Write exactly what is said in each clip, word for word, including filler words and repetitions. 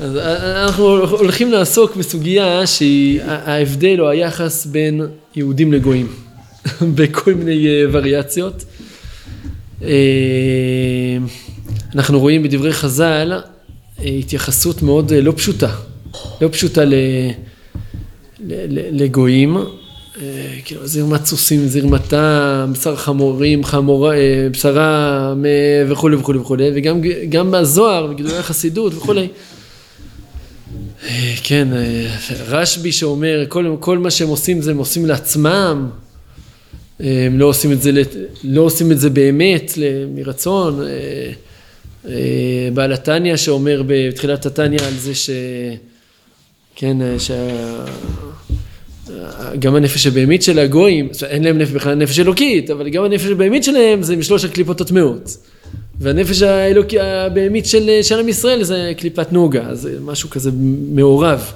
אז אנחנו הולכים לעסוק בסוגיה שההבדל או היחס בין יהודים לגויים, בכל מיני וריאציות. אנחנו רואים בדברי חז"ל התייחסות מאוד לא פשוטה, לא פשוטה לגויים, כאילו זרמת סוסים, זרמתה, בשר חמורים, חמורה, בשרה וכו' וכו' וכו', וגם גם בזוהר וגידולי החסידות וכו'. כן, רשב"י שאומר, כל, כל מה שהם עושים זה הם עושים לעצמם, הם לא עושים את זה, לא עושים את זה באמת, מרצון. בעל התניא שאומר בתחילת התניא על זה ש... כן, שה... גם הנפש הבהמית של הגויים, אין להם נפש, בכלל נפש אלוקית, אבל גם הנפש הבהמית שלהם זה משלוש הקליפות הטמאות. והנפש האלוקי, הבהמית של, של עם ישראל זה קליפת נוגה, זה משהו כזה מעורב.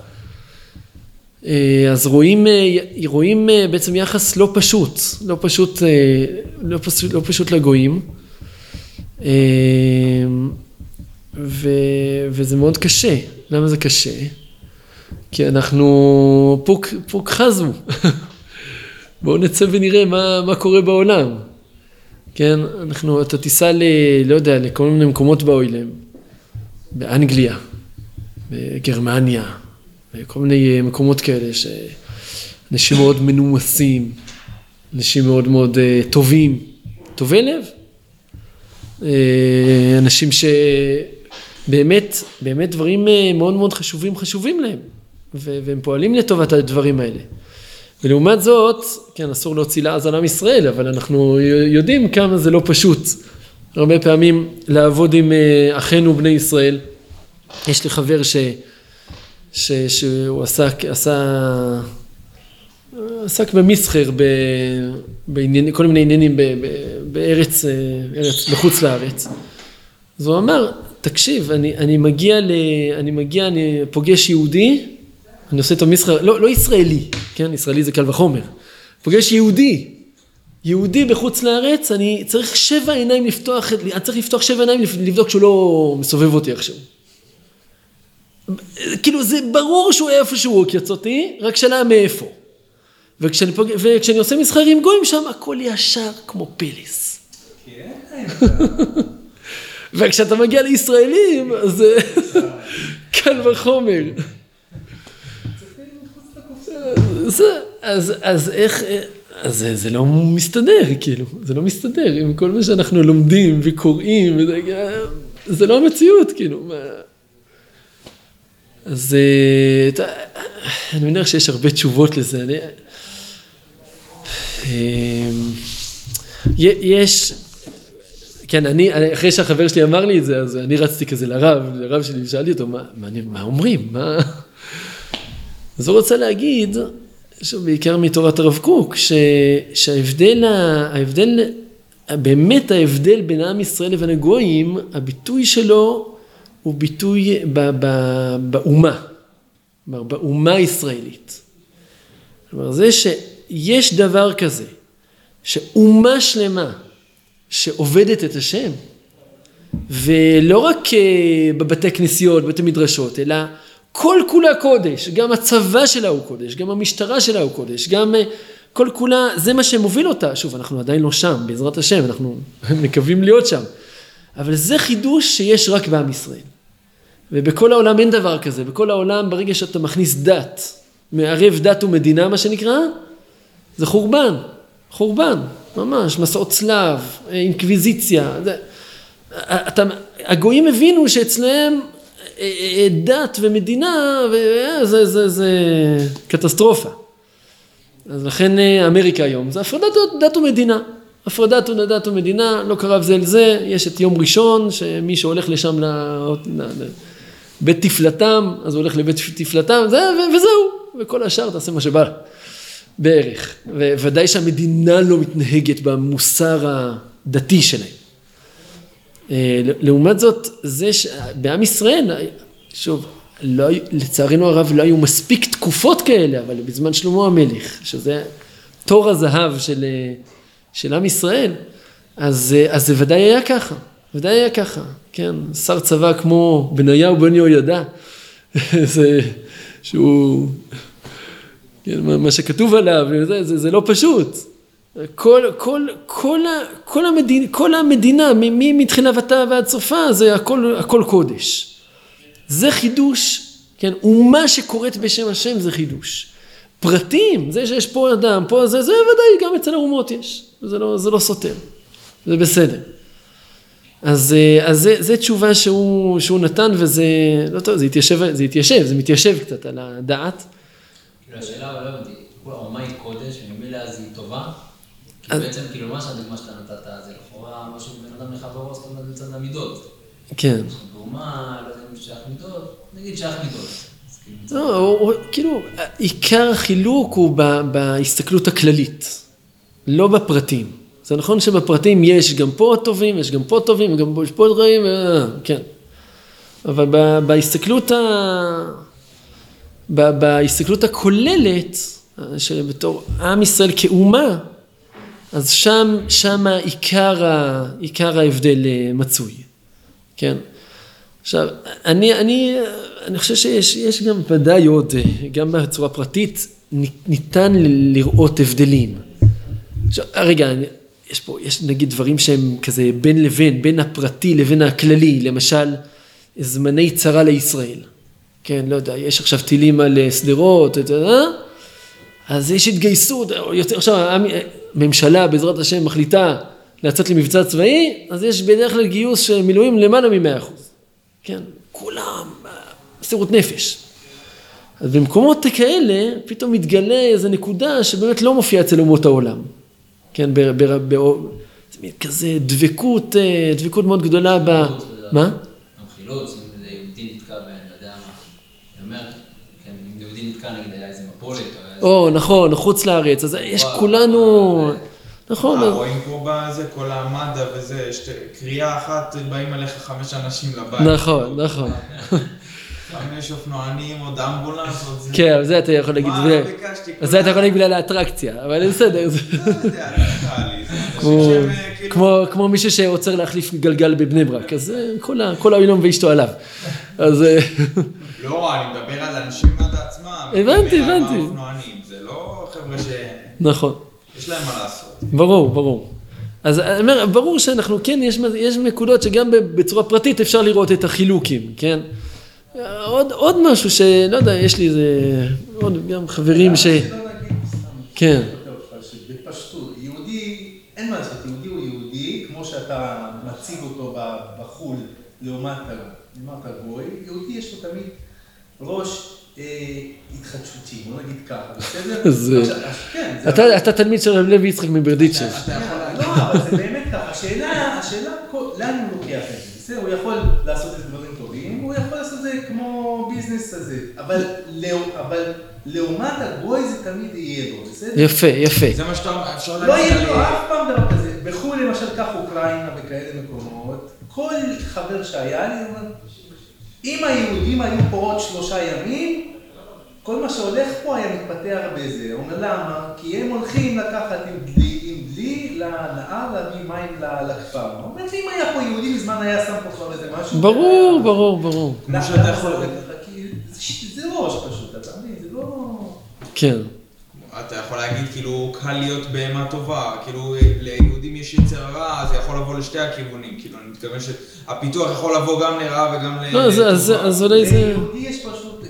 אז רואים, רואים בעצם יחס לא פשוט, לא פשוט, לא פשוט, לא פשוט לגויים. ו, וזה מאוד קשה. למה זה קשה? כי אנחנו פוק, פוק חזו. בואו נצא ונראה מה, מה קורה בעולם. כן, אנחנו, אתה תיסע ל, לא יודע, לכל מיני מקומות באוילם, באנגליה, בגרמניה, וכל מיני מקומות כאלה, שאנשים מאוד מנומסים, אנשים מאוד מאוד טובים, טובי לב, אנשים שבאמת, באמת דברים מאוד מאוד חשובים, חשובים להם, והם פועלים לטובת הדברים האלה. ולעומת זאת, כן, אסור להוציא לעז על עם ישראל, אבל אנחנו יודעים כמה זה לא פשוט. הרבה פעמים לעבוד עם אחינו בני ישראל. יש לי חבר ש, ש, שהוא עסק, עשה, עסק במסחר, ב, בעניין, כל מיני עניינים ב, ב, בארץ, ארץ, בחוץ לארץ. אז הוא אמר, תקשיב, אני, אני מגיע, ל, אני מגיע, אני פוגש יהודי, אני עושה את המסחר, לא, לא ישראלי, כן, ישראלי זה קל וחומר. פוגש יהודי, יהודי בחוץ לארץ, אני צריך שבע עיניים לפתוח, אני צריך לפתוח שבע עיניים לבדוק שהוא לא מסובב אותי עכשיו. כאילו זה ברור שהוא איפשהו עוקץ אותי, רק שאלה מאיפה. וכשאני, פוג... וכשאני עושה מסחר עם גויים שם, הכל ישר כמו פלס. וכשאתה מגיע לישראלים, אז זה קל וחומר. זה, אז, אז איך, אז זה, זה לא מסתדר, כאילו, זה לא מסתדר עם כל מה שאנחנו לומדים וקוראים, וזה, זה לא המציאות, כאילו. אז אתה, אני מניח שיש הרבה תשובות לזה. אני, יש, כן, אני, אחרי שהחבר שלי אמר לי את זה, אז אני רצתי כזה לרב, לרב שלי, ושאלתי אותו, מה, מה, מה אומרים? מה? אז הוא רוצה להגיד, בעיקר מתורת הרב קוק, ש, שההבדל, ההבדל, באמת ההבדל בין עם ישראל לבין הגויים, הביטוי שלו הוא ביטוי ב, ב, באומה, באומה הישראלית. כלומר, זה שיש דבר כזה, שאומה שלמה שעובדת את השם, ולא רק בבתי כנסיות, בבתי מדרשות, אלא כל כולה קודש, גם הצבא שלה הוא קודש, גם המשטרה שלה הוא קודש, גם כל כולה, זה מה שמוביל אותה. שוב, אנחנו עדיין לא שם, בעזרת השם, אנחנו מקווים להיות שם. אבל זה חידוש שיש רק בעם ישראל. ובכל העולם אין דבר כזה. בכל העולם, ברגע שאתה מכניס דת, מערב דת ומדינה, מה שנקרא, זה חורבן. חורבן, ממש, מסעות צלב, אינקוויזיציה. זה, אתה, הגויים הבינו שאצלם דת ומדינה, זה, זה, זה קטסטרופה. אז לכן אמריקה היום, זה הפרדת דת ומדינה. הפרדת דת ומדינה, לא קרב זה אל זה, יש את יום ראשון, שמי שהולך לשם לבית תפלתם, אז הוא הולך לבית תפלתם, זה, וזהו, וכל השאר תעשה מה שבא בערך. וודאי שהמדינה לא מתנהגת במוסר הדתי שלהם. לעומת זאת, זה שבעם ישראל, שוב, לא, לצערנו הרב לא היו מספיק תקופות כאלה, אבל בזמן שלמה המלך, שזה תור הזהב של, של עם ישראל, אז, אז זה ודאי היה ככה, ודאי היה ככה, כן, שר צבא כמו בניהו בן יהוידע, זה, שהוא, כן, מה שכתוב עליו, זה, זה, זה לא פשוט. כל, כל, כל, כל, המדינה, כל המדינה, מתחילה ואתה ועד סופה, זה הכל, הכל קודש. זה חידוש, כן, ומה שקורית בשם השם זה חידוש. פרטים, זה שיש פה אדם, פה זה, זה ודאי גם אצל האומות יש. זה לא, זה לא סותר. זה בסדר. אז, אז זה, זה תשובה שהוא, שהוא נתן, וזה, לא טוב, זה התיישב, זה התיישב, זה מתיישב קצת על הדעת. כאילו, השאלה, אבל לא הבנתי, האומה היא קודש, וממילא אז היא טובה, כי בעצם, כאילו, מה שהדוגמה שאתה נתת, זה לכאורה משהו בין אדם לחברו, זאת אומרת, לצד המידות. כן. באומה, לא יודע אם שייך מידות, נגיד שייך מידות. לא, כאילו, עיקר החילוק הוא בהסתכלות הכללית, לא בפרטים. זה נכון שבפרטים יש גם פה טובים, יש גם פה טובים, גם פה יש פה רעים, כן. אבל בהסתכלות, ה... בהסתכלות הכוללת, שבתור עם ישראל כאומה, אז שם, שם עיקר, עיקר ההבדל מצוי. כן. עכשיו, אני, אני, אני חושב שיש, יש גם ודאי עוד, גם בצורה פרטית, ניתן לראות הבדלים. עכשיו, רגע, יש פה, יש נגיד דברים שהם כזה בין לבין, בין הפרטי לבין הכללי, למשל, זמני צרה לישראל. כן, לא יודע, יש עכשיו טילים על סדרות, אה? אז יש התגייסות, יותר, עכשיו, הממשלה בעזרת השם מחליטה לצאת למבצע צבאי, אז יש בדרך כלל גיוס של מילואים למעלה מ-מאה אחוז. כן, כולם, מסירות נפש. אז במקומות כאלה, פתאום מתגלה איזו נקודה שבאמת לא מופיעה אצל אומות העולם. כן, ב, ב, ב, זה כזה דבקות, דבקות מאוד גדולה ב... מה? חילוץ, אם יהודי נתקע בין, לא יודע מה, אני אומר, כן, אם יהודי נתקע נגיד היה איזה מפולת, או, נכון, חוץ לארץ, אז יש כולנו... נכון. רואים פה בזה, כל המדע וזה, יש קריאה אחת, באים עליך חמש אנשים לבית. נכון, נכון. חמש אופנוענים, עוד אמבולנס, עוד זה. כן, זה אתה יכול להגיד, זה אתה יכול להגיד בגלל האטרקציה, אבל בסדר. כמו מישהו שרוצה להחליף גלגל בבני ברק, אז כל העולם ואשתו עליו. אז... לא, אני מדבר על אנשים עד עצמם. הבנתי, הבנתי. זה לא חבר'ה ש... נכון. יש להם מה לעשות. ברור, ברור. אז אני אומר, ברור שאנחנו, כן, יש, יש נקודות שגם בצורה פרטית אפשר לראות את החילוקים, כן? עוד, עוד משהו שלא יודע, יש לי איזה, עוד גם חברים ש... כן. בפשטות, יהודי, אין מה לעשות, יהודי הוא יהודי, כמו שאתה מציג אותו בחול, לעומת הגוי, יהודי יש לו תמיד ראש התחדשותי, בוא נגיד ככה, בסדר? אתה תלמיד של רב לוי יצחק מברדיצ'ב. לא, אבל זה באמת ככה, השאלה, לאן הוא לוקח את זה? בסדר, הוא יכול לעשות את דברים טובים, הוא יכול לעשות את זה כמו ביזנס הזה, אבל לעומת הגוי זה תמיד יהיה לו, בסדר? יפה, יפה. זה מה שאתה אפשר להגיד. לא יהיה לו אף פעם דבר כזה, בחו"ל למשל כך אוקראינה וכאלה מקומות, כל חבר שהיה לי, אם היהודים היו פה עוד שלושה ימים, כל מה שהולך פה היה מתפתח בזה. הוא אומר, למה? כי הם הולכים לקחת עם דלי, עם דלי לנהר, להביא מים לכפר. הוא אומר, אם היה פה יהודי מזמן היה שם פה כבר איזה משהו. ברור, ברור, ברור. כמו שאתה יכול... זה ראש פשוט, אתה מבין? זה לא... כן. אתה יכול להגיד, כאילו, קל להיות בהמה טובה, כאילו, ליהודים יש יצר רע, זה יכול לבוא לשתי הכיוונים, כאילו, אני מתכוון שהפיתוח יכול לבוא גם לרע וגם לטובה. לא, אז אולי זה... ליהודי יש פשוט,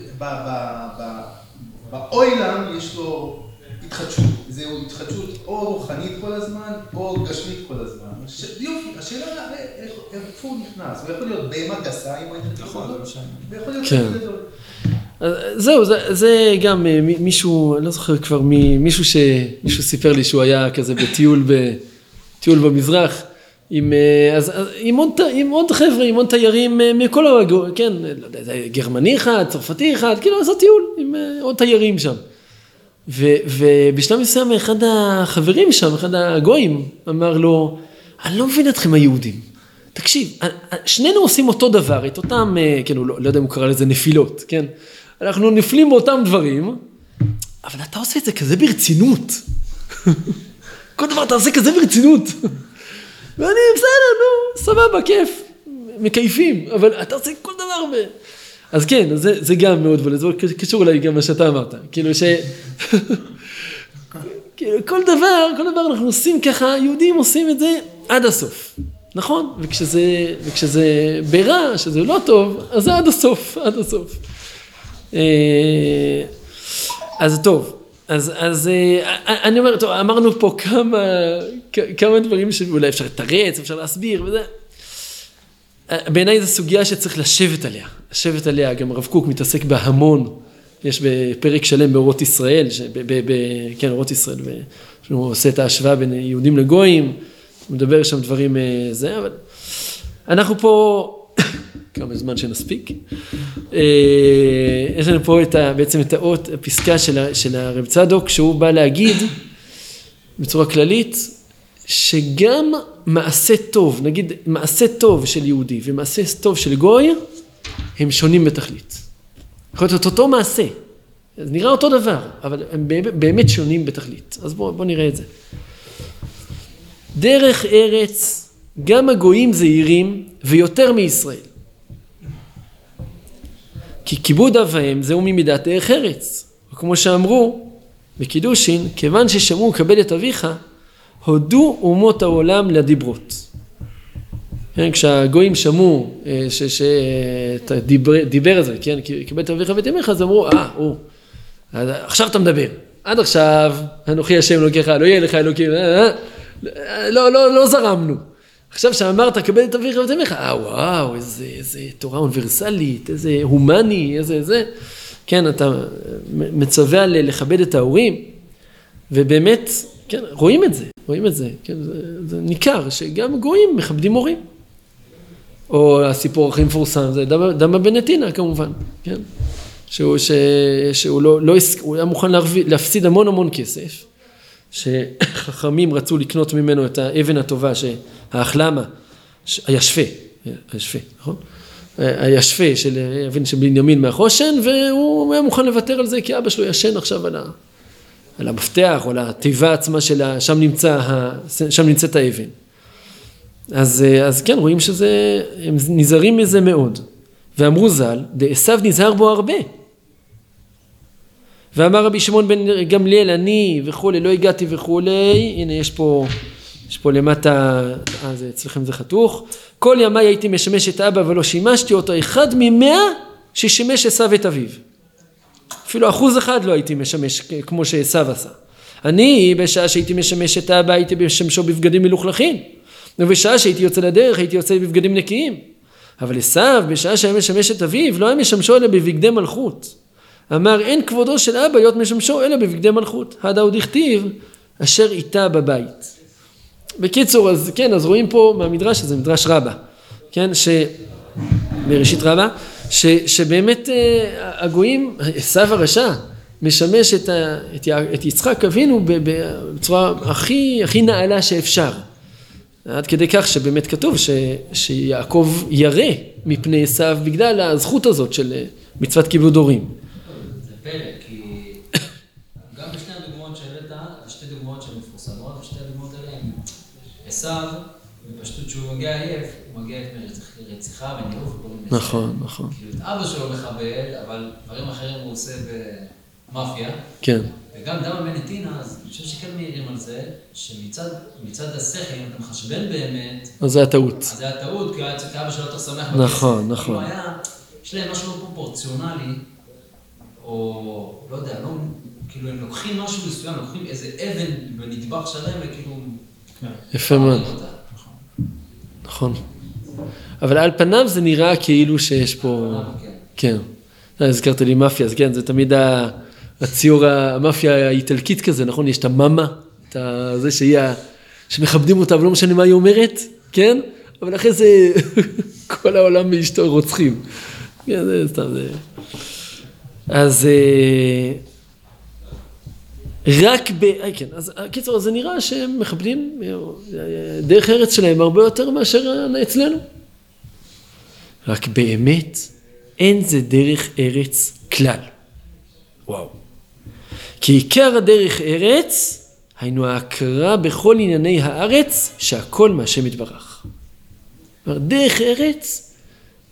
באוילם יש לו התחדשות, זהו התחדשות או רוחנית כל הזמן, או גשמית כל הזמן. יופי, השאלה איפה הוא נכנס, הוא יכול להיות בהמה גסה, אם היית נכון, זה משנה. ויכול להיות... כן. זהו, זה, זה גם מישהו, אני לא זוכר כבר מי, מישהו ש, מישהו סיפר לי שהוא היה כזה בטיול, בטיול במזרח, עם, אז, עם, עוד, עם עוד חבר'ה, עם עוד תיירים מכל הגו, כן, לא יודע, זה גרמני אחד, צרפתי אחד, כאילו עשה טיול עם עוד תיירים שם. ו, ובשלב מסוים אחד החברים שם, אחד הגויים, אמר לו, אני לא מבין אתכם היהודים. תקשיב, שנינו עושים אותו דבר, את אותם, כן, לא, לא יודע אם הוא קרא לזה נפילות, כן? אנחנו נפלים באותם דברים, אבל אתה עושה את זה כזה ברצינות. כל דבר אתה עושה כזה ברצינות. ואני, בסדר, נו, סבבה, כיף, מקייפים, אבל אתה עושה כל דבר ב... אז כן, זה, זה גם מאוד בולט, זה קשור אולי גם מה שאתה אמרת, כאילו ש... כאילו כל דבר, כל דבר אנחנו עושים ככה, יהודים עושים את זה עד הסוף, נכון? וכשזה, וכשזה ברע, שזה לא טוב, אז זה עד הסוף, עד הסוף. אז טוב, אז, אז אני אומר, טוב, אמרנו פה כמה, כמה דברים שאולי אפשר לתרץ, אפשר להסביר וזה. בעיניי זו סוגיה שצריך לשבת עליה, לשבת עליה, גם הרב קוק מתעסק בה המון, יש בפרק שלם באורות ישראל, ש, ב, ב, ב, כן, אורות ישראל, שהוא עושה את ההשוואה בין יהודים לגויים, הוא מדבר שם דברים זה, אבל אנחנו פה, כמה זמן שנספיק, יש לנו פה את ה, בעצם את האות, הפסקה של, של הרב צדוק, שהוא בא להגיד בצורה כללית, שגם מעשה טוב, נגיד מעשה טוב של יהודי ומעשה טוב של גוי, הם שונים בתכלית. יכול להיות אותו מעשה, זה נראה אותו דבר, אבל הם באמת שונים בתכלית. אז בואו בוא נראה את זה. דרך ארץ, גם הגויים זהירים ויותר מישראל. כי כיבוד אב ואם זהו ממידת דרך ארץ. וכמו שאמרו בקידושין, כיוון ששמעו קבל את אביך, הודו אומות העולם לדיברות. כן, כשהגויים שמעו שדיבר על זה, כן, קיבל את אביך ואת אמך, אז אמרו, אה, הוא, עכשיו אתה מדבר. עד עכשיו, אנוכי השם אלוקיך, לא יהיה לך אלוקים, לא, לא, לא זרמנו. עכשיו שאמרת, קבל את אביך ואת אמך, אה, וואו, איזה, איזה תורה אוניברסלית, איזה הומני, איזה, איזה. כן, אתה מצווה לכבד את ההורים, ובאמת, כן, רואים את זה, רואים את זה, כן, זה, זה ניכר שגם גויים מכבדים הורים. או הסיפור הכי מפורסם, זה דמה בן נתינה כמובן, כן? שהוא, ש, שהוא לא, לא, הוא היה מוכן להפסיד, להפסיד המון המון כסף, שחכמים רצו לקנות ממנו את האבן הטובה, שהאחלמה, הישפה, הישפה, נכון? הישפה של אבן של בנימין מהחושן, והוא היה מוכן לוותר על זה, כי אבא שלו ישן עכשיו על, ה, על המפתח, או על התיבה עצמה שלה, שם נמצא, שם נמצאת האבן. אז, אז כן, רואים שזה, הם נזהרים מזה מאוד. ואמרו ז"ל, דעשיו נזהר בו הרבה. ואמר רבי שמעון בן גמליאל, אני וכולי, לא הגעתי וכולי, הנה יש פה, יש פה למטה, אז אצלכם זה חתוך, כל ימי הייתי משמש את אבא ולא שימשתי אותו, אחד ממאה ששימש עשיו את אביו. אפילו אחוז אחד לא הייתי משמש כמו שעשיו עשה. אני בשעה שהייתי משמש את אבא, הייתי משמשו בבגדים מלוכלכים. ובשעה שהייתי יוצא לדרך, הייתי יוצא בבגדים נקיים. אבל עשיו, בשעה שהיה משמש את אביו, לא היה משמשו אלא בבגדי מלכות. אמר, אין כבודו של אבא להיות משמשו אלא בבגדי מלכות. הדא עוד הכתיב, אשר איתה בבית. בקיצור, אז כן, אז רואים פה מהמדרש, זה מדרש רבה. כן, ש... בראשית רבה, ש... שבאמת הגויים, עשיו הרשע, משמש את, ה... את, י... את יצחק אבינו בצורה הכי, הכי נעלה שאפשר. עד כדי כך שבאמת כתוב ש, שיעקב ירא מפני עשיו בגלל הזכות הזאת של מצוות כיבוד הורים. זה פלא, כי גם בשתי הדוגמאות שהעלית, שתי דוגמאות שמפורסמות, ושתי הדוגמאות האלה הם עשיו, בפשטות שהוא מגיע עייף, הוא מגיע מרציחה וניאוף. נכון, נכון. כאילו את אבא שלו מחבל, אבל דברים אחרים הוא עושה במאפיה. כן. וגם דמה בן נתינה, אז אני חושב שכן מעירים על זה, שמצד מצד השכל, אם אתה מחשבן באמת... אז זה הטעות. אז זה הטעות, כי אבא שלו יותר שמח בכסף. נכון, נכון. אם היה, יש להם משהו לא פרופורציונלי, או לא יודע, לא, כאילו הם לוקחים משהו מסוים, לוקחים איזה אבן בנדבך שלהם, וכאילו... יפה מאוד. נכון. אבל על פניו זה נראה כאילו שיש פה... כן. הזכרת לי מאפיה, אז כן, זה תמיד ה... הציור המאפיה האיטלקית כזה, נכון? יש את המאמה, את זה שהיא, שמכבדים אותה, ולא משנה מה היא אומרת, כן? אבל אחרי זה, כל העולם מאשתו רוצחים. כן, זה סתם, זה... אז רק ב... כן, אז קיצור, זה נראה שהם מכבדים דרך ארץ שלהם הרבה יותר מאשר אצלנו. רק באמת, אין זה דרך ארץ כלל. וואו. כי עיקר הדרך ארץ, היינו ההכרה בכל ענייני הארץ, שהכל מהשם יתברך. דרך ארץ,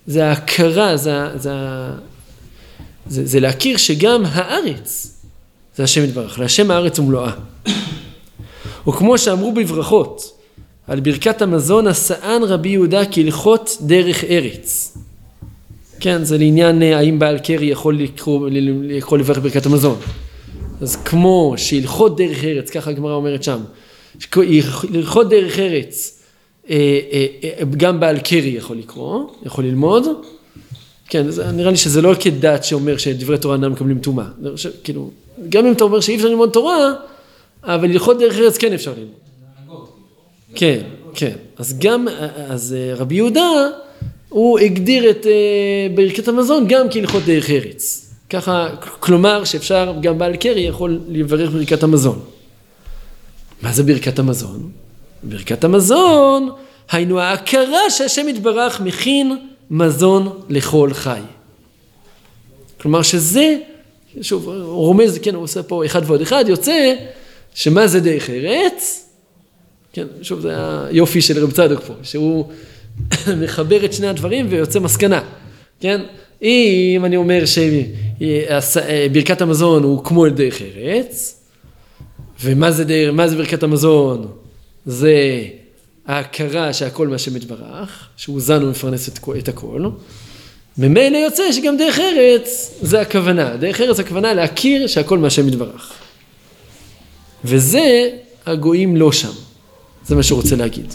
זה ההכרה, זה, זה, זה, זה להכיר שגם הארץ, זה השם יתברך, להשם הארץ ומלואה. וכמו שאמרו בברכות, על ברכת המזון, השאן רבי יהודה כהלכות דרך ארץ. כן, זה לעניין האם בעל קרי יכול לקרוא, יכול לברך ברכת המזון. אז כמו שהלכות דרך ארץ, ככה הגמרא אומרת שם, הלכות דרך ארץ, גם בעל קרי יכול לקרוא, יכול ללמוד. כן, זה, נראה לי שזה לא כדת שאומר שדברי תורה אינם מקבלים טומאה. כאילו, גם אם אתה אומר שאי אפשר ללמוד תורה, אבל הלכות דרך ארץ כן אפשר ללמוד. כן, כן. אז גם, אז רבי יהודה, הוא הגדיר את ברכת המזון גם כהלכות דרך ארץ. ככה, כלומר שאפשר, גם בעל קרי יכול לברך ברכת המזון. מה זה ברכת המזון? ברכת המזון, היינו ההכרה שהשם יתברך מכין מזון לכל חי. כלומר שזה, שוב, הוא רומז, כן, הוא עושה פה אחד ועוד אחד, יוצא שמה זה דרך ארץ? כן, שוב, זה היופי של רב צדוק פה, שהוא מחבר את שני הדברים ויוצא מסקנה. כן? אם אני אומר שברכת המזון הוא כמו דרך ארץ, ומה זה, דרך, מה זה ברכת המזון? זה ההכרה שהכל מה שמתברך, שהוא זן ומפרנס את, את הכל. ממילא יוצא שגם דרך ארץ זה הכוונה. דרך ארץ הכוונה להכיר שהכל מה שמתברך. וזה הגויים לא שם. זה מה שהוא רוצה להגיד.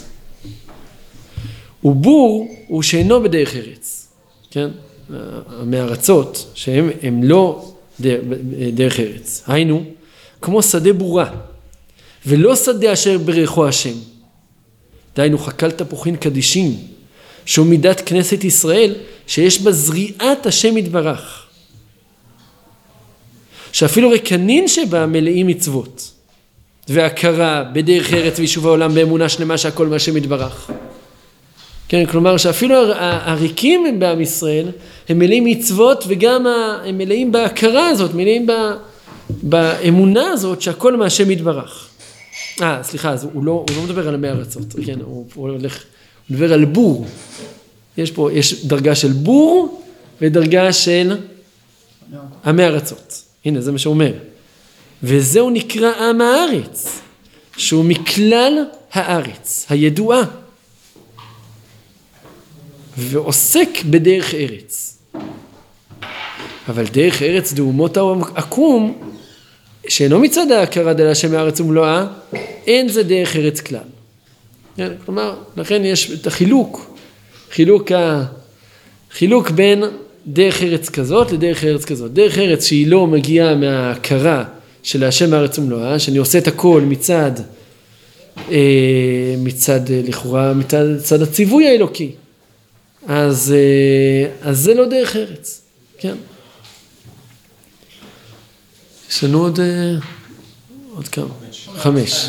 ובור הוא שאינו בדרך ארץ. כן? מהארצות שהם הם לא דרך ארץ. היינו, כמו שדה בורה, ולא שדה אשר ברכו השם. דהיינו חקל תפוחין קדישים, שהוא מידת כנסת ישראל, שיש בה זריעת השם יתברך. שאפילו רקנין שבה מלאים מצוות, והכרה בדרך ארץ ויישוב העולם באמונה שלמה שהכל מהשם יתברך. כן, כלומר שאפילו הריקים הם בעם ישראל, הם מלאים מצוות וגם הם מלאים בהכרה הזאת, מלאים באמונה הזאת שהכל מהשם יתברך. אה, סליחה, אז הוא לא, הוא לא מדבר על המאה ארצות, כן, הוא, הוא הולך, הוא מדבר על בור. יש פה, יש דרגה של בור ודרגה של המאה ארצות. הנה, זה מה שהוא אומר. וזהו נקרא עם הארץ, שהוא מכלל הארץ, הידועה. ועוסק בדרך ארץ. אבל דרך ארץ דאומות העקום, שאינו מצד ההכרה דלה השם הארץ ומלואה, אין זה דרך ארץ כלל. כלומר, לכן יש את החילוק, חילוק, ה... חילוק בין דרך ארץ כזאת לדרך ארץ כזאת. דרך ארץ שהיא לא מגיעה מההכרה של השם הארץ ומלואה, שאני עושה את הכל מצד, מצד לכאורה, מצד הציווי האלוקי. אז, אז זה לא דרך ארץ, כן. יש לנו עוד, עוד כמה? חמש.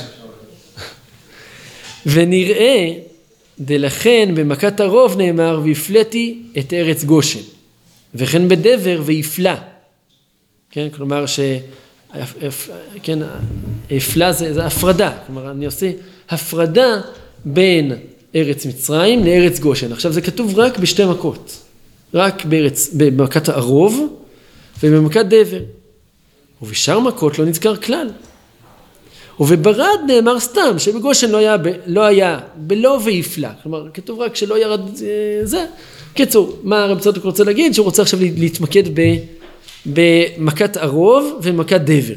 ונראה, דלכן במכת הרוב נאמר, והפלאתי את ארץ גושן. וכן בדבר והפלה. כן, כלומר ש... כן, הפלה זה, זה הפרדה. כלומר, אני עושה הפרדה בין ארץ מצרים לארץ גושן. עכשיו זה כתוב רק בשתי מכות. רק בארץ, במכת הרוב ובמכת דבר. ובשאר מכות לא נזכר כלל. ובברד נאמר סתם, שבגושן לא היה, ב, לא היה בלא והפלה. כלומר, כתוב רק שלא ירד זה. קיצור, מה הרב צדוק רוצה להגיד? שהוא רוצה עכשיו להתמקד ב, במכת הרוב ומכת דבר.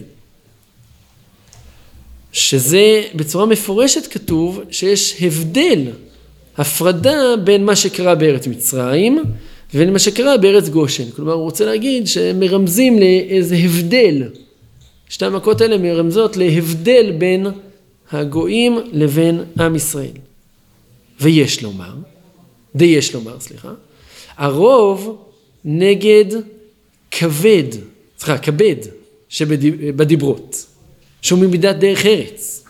שזה בצורה מפורשת כתוב שיש הבדל, הפרדה בין מה שקרה בארץ מצרים ובין מה שקרה בארץ גושן. כלומר, הוא רוצה להגיד שמרמזים לאיזה הבדל. שתי המכות האלה מרמזות להבדל בין הגויים לבין עם ישראל. ויש לומר, די יש לומר, סליחה, הרוב נגד כבד, סליחה, כבד שבדיברות, שהוא ממידת דרך ארץ.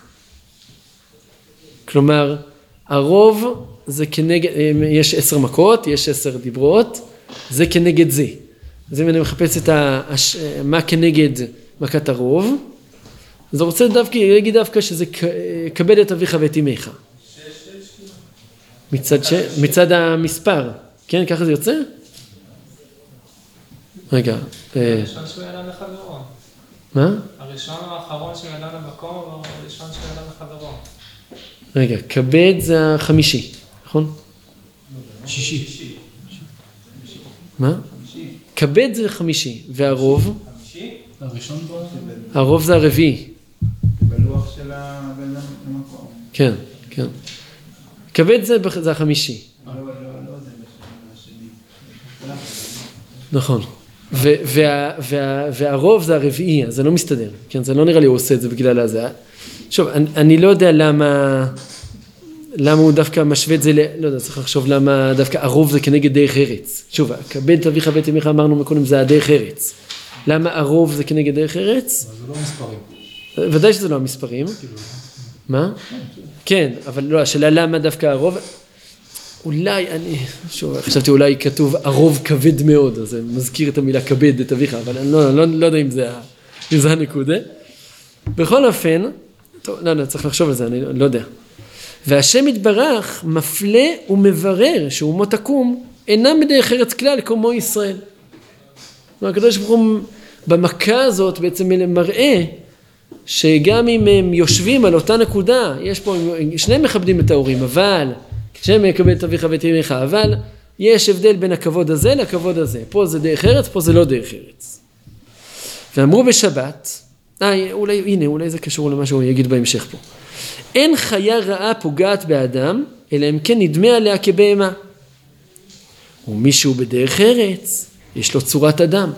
כלומר, הרוב זה כנגד, יש עשר מכות, יש עשר דיברות, זה כנגד זה. אז אם אני מחפש את ה, מה כנגד מכת הרוב, אז הוא רוצה דווקא, להגיד דווקא שזה כבד את אביך ואת אמך. מצד, ש... מצד המספר, כן, ככה זה יוצא? רגע. הראשון שהוא ידע לחברו. מה? הראשון או האחרון שהוא ידע למקום, או הראשון שהוא ידע לחברו. רגע, כבד זה החמישי, נכון? שישי. מה? כבד זה חמישי, והרוב? חמישי? הראשון בו? הרוב זה הרביעי. בלוח של הבן המקום. כן, כן. כבד זה, זה החמישי. לא, לא, לא, זה בשני. נכון. ו- וה- וה- והרוב זה הרביעי, אז זה לא מסתדר. כן, זה לא נראה לי הוא עושה את זה בגלל הזה. שוב, אני, אני לא יודע למה, למה הוא דווקא משווה את זה, ל, לא יודע, צריך לחשוב למה דווקא הרוב זה כנגד דרך ארץ. שוב, כבד אביך ואת אמך אמרנו מקודם, זה הדרך ארץ. למה הרוב זה כנגד דרך ארץ? זה לא מספרים. ודאי שזה לא המספרים. מה? כן, אבל לא, השאלה למה דווקא הרוב, אולי, אני, שוב, חשבתי אולי כתוב הרוב כבד מאוד, אז זה מזכיר את המילה כבד, את אביך, אבל אני לא, לא, לא יודע אם זה, אם זה הנקודה. בכל אופן, טוב, לא, לא, צריך לחשוב על זה, אני לא יודע. והשם יתברך מפלה ומברר שאומות תקום אינם בדרך ארץ כלל כמו ישראל. הקדוש ברוך הוא במכה הזאת בעצם מראה שגם אם הם יושבים על אותה נקודה, יש פה, שניהם מכבדים את ההורים, אבל, כשהם יקבל את אביך ואת אמך, אבל יש הבדל בין הכבוד הזה לכבוד הזה. פה זה דרך ארץ, פה זה לא דרך ארץ. ואמרו בשבת, אה, אולי, הנה, אולי זה קשור למה שהוא יגיד בהמשך פה. אין חיה רעה פוגעת באדם, אלא אם כן נדמה עליה כבהמה. ומישהו בדרך ארץ, יש לו צורת אדם.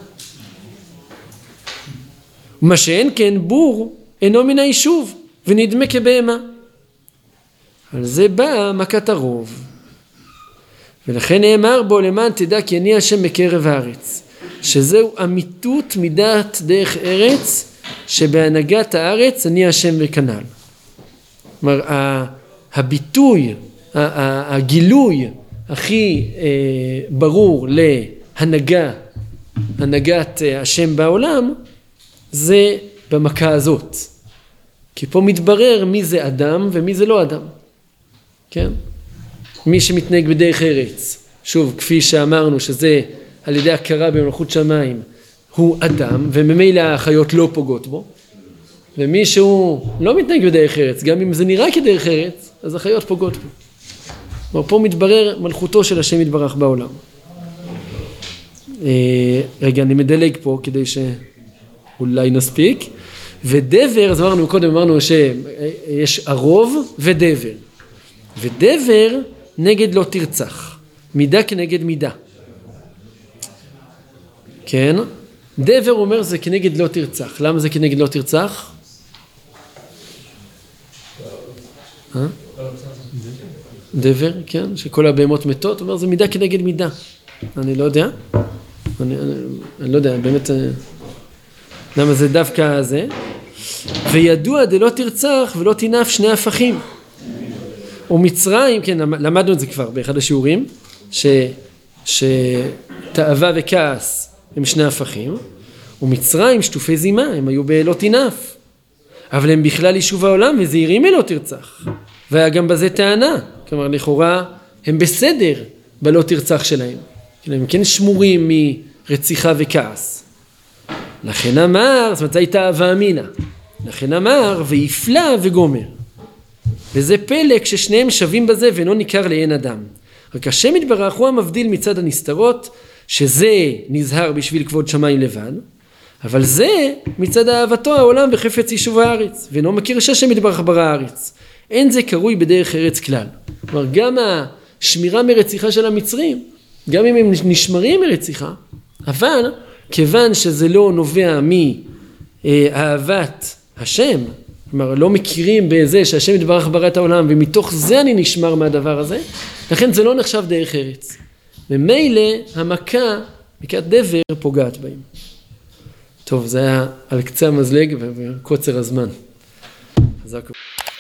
מה שאין כן בור, אינו מן היישוב, ונדמה כבהמה. על זה באה מכת הרוב. ולכן נאמר בו למען תדע כי אני השם בקרב הארץ. שזהו אמיתות מידת דרך ארץ, שבהנהגת הארץ אני השם וכנ"ל. כלומר, הביטוי, הגילוי הכי ברור להנהגה, הנהגת השם בעולם, זה במכה הזאת. כי פה מתברר מי זה אדם ומי זה לא אדם. כן? מי שמתנהג בדרך ארץ, שוב, כפי שאמרנו שזה על ידי הכרה במלכות שמיים, הוא אדם, וממילא החיות לא פוגעות בו. ומי שהוא לא מתנהג בדרך ארץ, גם אם זה נראה כדרך ארץ, אז החיות פוגעות בו. כלומר, פה מתברר מלכותו של השם יתברך בעולם. רגע, אני מדלג פה כדי שאולי נספיק. ודבר, אז אמרנו קודם, אמרנו שיש הרוב ודבר. ודבר נגד לא תרצח. מידה כנגד מידה. כן? דבר אומר זה כנגד לא תרצח. למה זה כנגד לא תרצח? אה? דבר, כן? שכל הבהמות מתות, אומר זה מידה כנגד מידה. אני לא יודע. אני, אני, אני לא יודע, באמת, למה זה דווקא זה? וידוע דלא תרצח ולא תינף שני הפכים. ומצרים, כן, למדנו את זה כבר באחד השיעורים, ש, שתאווה וכעס הם שני הפכים, ומצרים שטופי זימה, הם היו בלא תינף. אבל הם בכלל יישוב העולם וזהירים מלא תרצח. והיה גם בזה טענה, כלומר לכאורה הם בסדר בלא תרצח שלהם. הם כן שמורים מרציחה וכעס. לכן אמר, זאת אומרת, הייתה אהבה אמינה. לכן אמר, ויפלא וגומר. וזה פלא כששניהם שווים בזה ואינו ניכר לעין אדם. רק השם יתברך הוא המבדיל מצד הנסתרות, שזה נזהר בשביל כבוד שמיים לבד, אבל זה מצד אהבתו העולם בחפץ יישוב הארץ, ואינו מכיר שהשם יתברך ברא הארץ. אין זה קרוי בדרך ארץ כלל. כלומר, גם השמירה מרציחה של המצרים, גם אם הם נשמרים מרציחה, אבל כיוון שזה לא נובע מאהבת השם, כלומר לא מכירים בזה שהשם יתברך ברא את העולם ומתוך זה אני נשמר מהדבר הזה, לכן זה לא נחשב דרך ארץ. ומילא המכה, מכת דבר, פוגעת בהם. טוב, זה היה על קצה המזלג וקוצר הזמן. חזק.